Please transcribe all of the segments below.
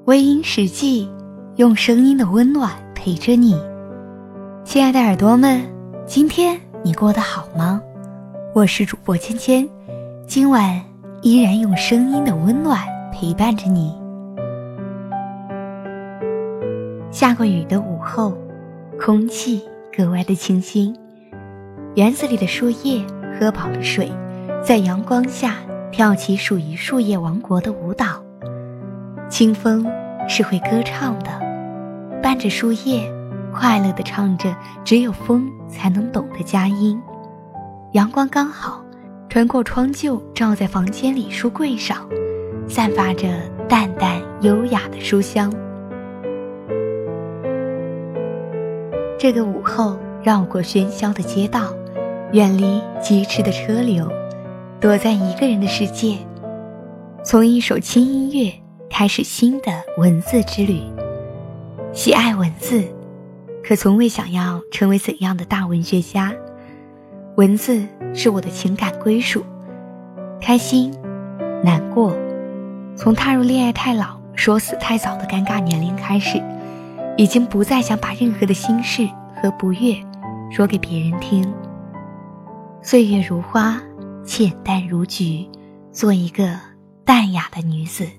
微音时记，用声音的温暖陪着你。亲爱的耳朵们，今天你过得好吗？我是主播芊芊，今晚依然用声音的温暖陪伴着你。下过雨的午后，空气格外的清新，园子里的树叶喝饱了水，在阳光下跳起属于树叶王国的舞蹈。清风是会歌唱的，伴着树叶快乐地唱着只有风才能懂的佳音。阳光刚好穿过窗柩，照在房间里书柜上，散发着淡淡优雅的书香。这个午后，绕过喧嚣的街道，远离疾驰的车流，躲在一个人的世界，从一首轻音乐开始新的文字之旅。喜爱文字，可从未想要成为怎样的大文学家。文字是我的情感归属，开心、难过，从踏入恋爱太老、说死太早的尴尬年龄开始，已经不再想把任何的心事和不悦说给别人听。岁月如花，浅淡如菊，做一个淡雅的女子。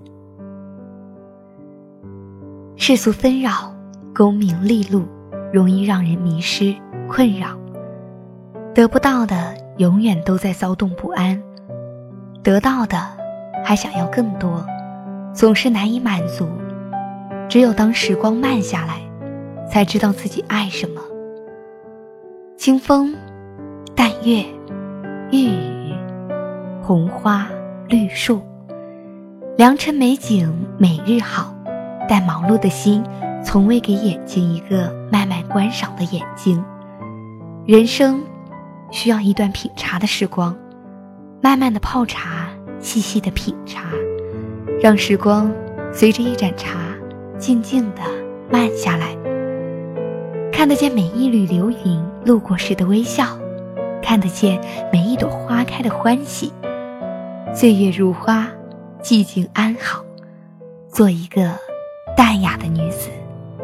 世俗纷扰，功名利禄，容易让人迷失困扰。得不到的永远都在骚动不安，得到的还想要更多，总是难以满足。只有当时光慢下来，才知道自己爱什么。清风、淡月、玉宇、红花、绿树，良辰美景每日好，但忙碌的心从未给眼睛一个慢慢观赏的眼睛。人生需要一段品茶的时光，慢慢的泡茶，细细的品茶，让时光随着一盏茶静静地慢下来。看得见每一缕流云路过时的微笑，看得见每一朵花开的欢喜。岁月如花，寂静安好，做一个淡雅的女子。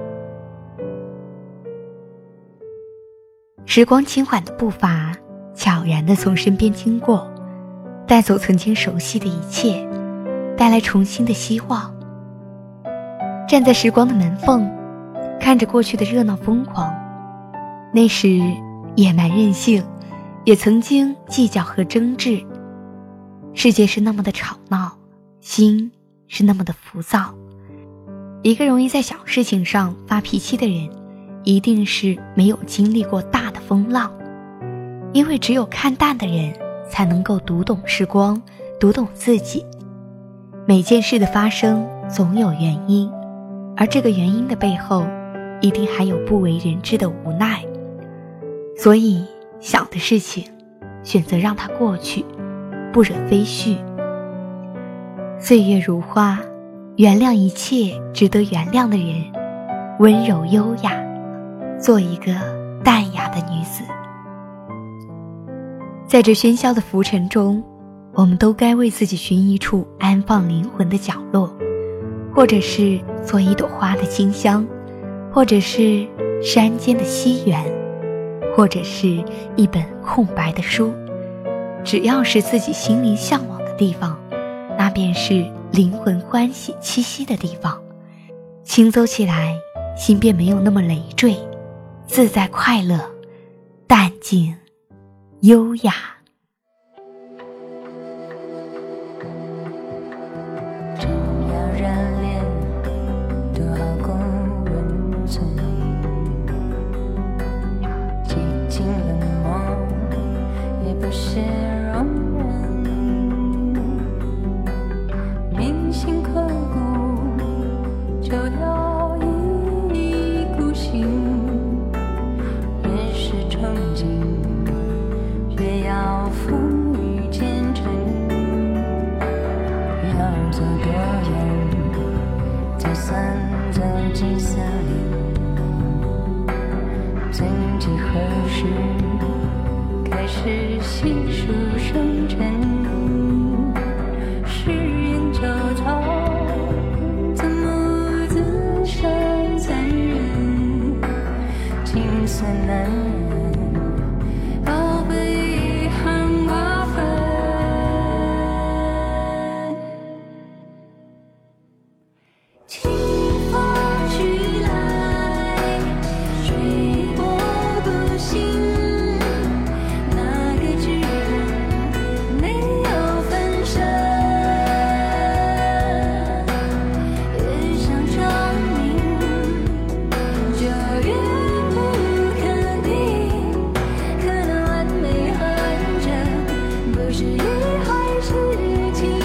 时光轻缓的步伐悄然地从身边经过，带走曾经熟悉的一切，带来重新的希望。站在时光的门缝，看着过去的热闹疯狂，那时野蛮任性，也曾经计较和争执。世界是那么的吵闹，心是那么的浮躁。一个容易在小事情上发脾气的人，一定是没有经历过大的风浪。因为只有看淡的人，才能够读懂时光，读懂自己。每件事的发生总有原因，而这个原因的背后，一定还有不为人知的无奈。所以小的事情选择让它过去，不惹飞絮。岁月如花，原谅一切值得原谅的人，温柔优雅，做一个淡雅的女子。在这喧嚣的浮沉中，我们都该为自己寻一处安放灵魂的角落，或者是做一朵花的清香，或者是山间的溪源，或者是一本空白的书。只要是自己心灵向往的地方，那便是灵魂欢喜栖息的地方。行走起来，心便没有那么累赘，自在快乐，淡静优雅。 真要热恋，多好过温存，激情冷漠也不是容忍，铭心刻骨就要一意孤行，越是憧憬越要风雨兼程，要走多远才算走进森林？曾几何时开始细数生辰，世人周遭怎么难，要被遗憾瓜分。清风徐来，水波不兴，那个巨人没有分身，越想证明就越不肯定，可能完美横着不是一回事情。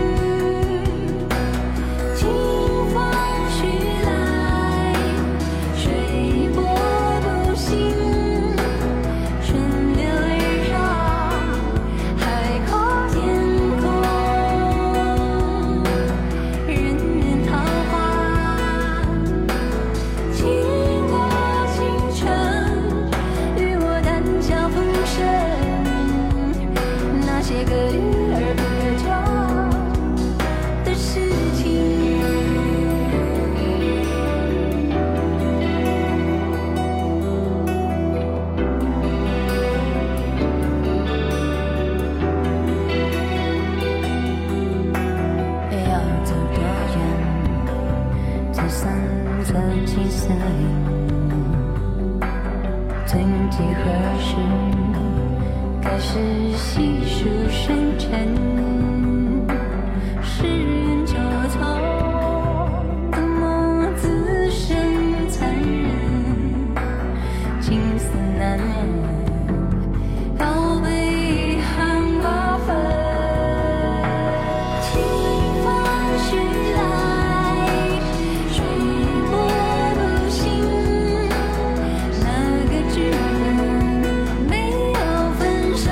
清风徐来，水波不兴，顺流而上，海阔天空，人面桃花，经过青春，与我谈笑风生，那些可遇而不可求的事情。要走多远，才算走进森林？曾几何时，开始细数生辰，世人就从的梦自身残忍，情丝难忍，要被遗憾瓜分。清风徐来，水波不兴，那个巨人没有分身，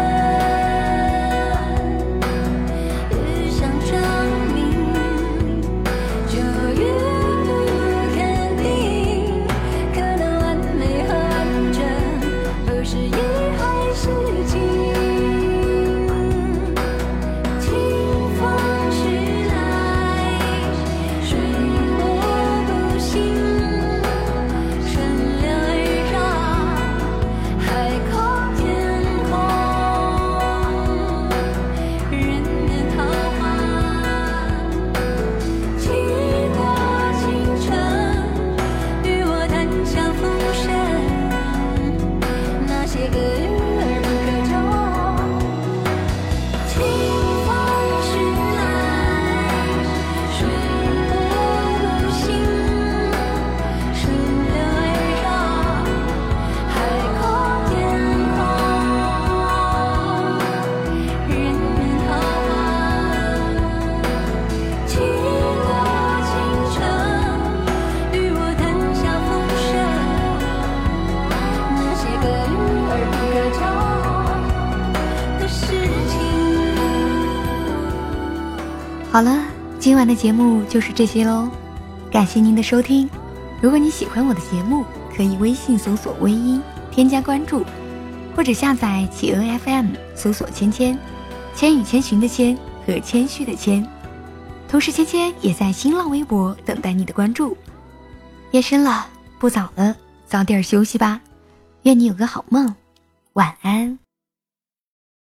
越想证明就越不肯定，可能完美横着不是一回事情。清风徐来，水波不兴，顺流而上，海阔天空，人面桃花，经过青春，与我谈笑风生，那些可遇而不可求。清风徐来，水波不兴，顺流而上，海阔天空，人面桃花，经过青春，与我谈笑风生，那些可遇而不可求的事情。 好了，今晚的节目就是这些喽，感谢您的收听。如果你喜欢我的节目，可以微信搜索微音添加关注，或者下载企鹅 FM 搜索芊芊，千与千寻的千和谦虚的谦。同时芊芊也在新浪微博等待你的关注。夜深了，不早了，早点休息吧，愿你有个好梦，晚安。